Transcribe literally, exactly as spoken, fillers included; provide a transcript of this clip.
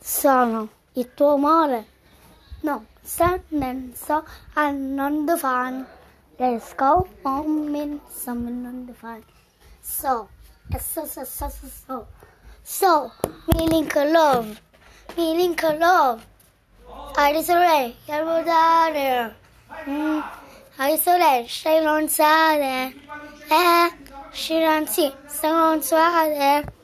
Sono il tuo amore. No, sta nel so and non define. Let's go on in some non-defined. So, so, so, so, so, so. So, meaning love. Meaning love. I sorry, you're there. I sorry, stai non sale. Eh, she don't see, sta non sale.